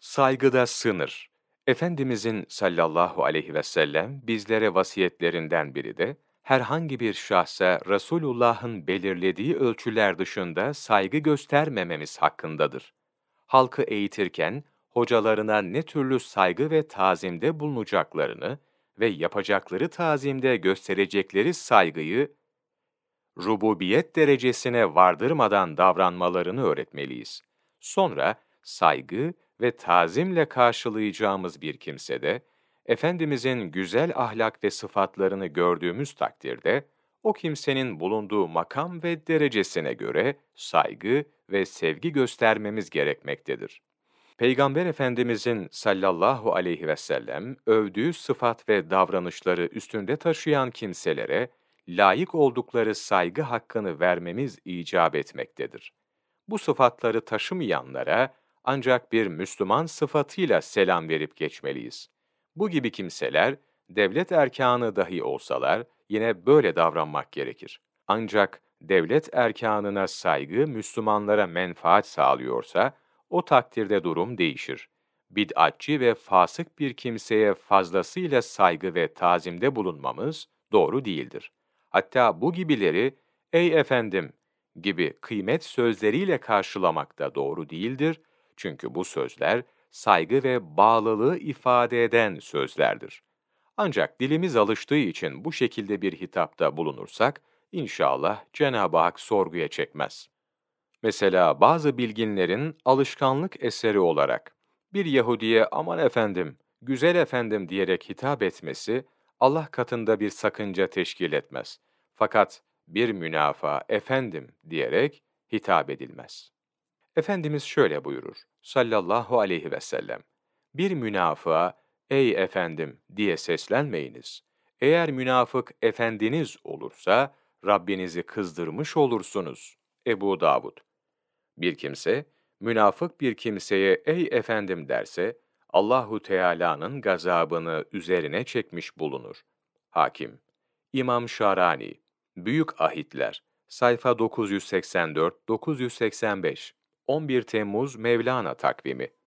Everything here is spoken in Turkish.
Saygıda sınır. Efendimizin sallallahu aleyhi ve sellem bizlere vasiyetlerinden biri de herhangi bir şahsa Resulullah'ın belirlediği ölçüler dışında saygı göstermememiz hakkındadır. Halkı eğitirken hocalarına ne türlü saygı ve tazimde bulunacaklarını ve yapacakları tazimde gösterecekleri saygıyı rububiyet derecesine vardırmadan davranmalarını öğretmeliyiz. Sonra saygı ve tazimle karşılayacağımız bir kimsede, Efendimizin güzel ahlak ve sıfatlarını gördüğümüz takdirde, o kimsenin bulunduğu makam ve derecesine göre saygı ve sevgi göstermemiz gerekmektedir. Peygamber Efendimizin sallallahu aleyhi ve sellem övdüğü sıfat ve davranışları üstünde taşıyan kimselere layık oldukları saygı hakkını vermemiz icap etmektedir. Bu sıfatları taşımayanlara ancak bir Müslüman sıfatıyla selam verip geçmeliyiz. Bu gibi kimseler devlet erkanı dahi olsalar yine böyle davranmak gerekir. Ancak devlet erkanına saygı Müslümanlara menfaat sağlıyorsa o takdirde durum değişir. Bid'atçı ve fasık bir kimseye fazlasıyla saygı ve tazimde bulunmamız doğru değildir. Hatta bu gibileri, "Ey efendim" gibi kıymet sözleriyle karşılamak da doğru değildir. Çünkü bu sözler saygı ve bağlılığı ifade eden sözlerdir. Ancak dilimiz alıştığı için bu şekilde bir hitapta bulunursak, inşallah Cenab-ı Hak sorguya çekmez. Mesela bazı bilginlerin alışkanlık eseri olarak bir Yahudiye "aman efendim, güzel efendim" diyerek hitap etmesi Allah katında bir sakınca teşkil etmez. Fakat bir münafığa "efendim" diyerek hitap edilmez. Efendimiz şöyle buyurur sallallahu aleyhi ve sellem: Bir münafığa "ey efendim" diye seslenmeyiniz. Eğer münafık efendiniz olursa Rabbinizi kızdırmış olursunuz. Ebu Davud. Bir kimse, münafık bir kimseye "ey efendim" derse, Allahu Teala'nın gazabını üzerine çekmiş bulunur. Hakim. İmam Şarani. Büyük Ahitler. Sayfa 984-985. 11 Temmuz Mevlana takvimi.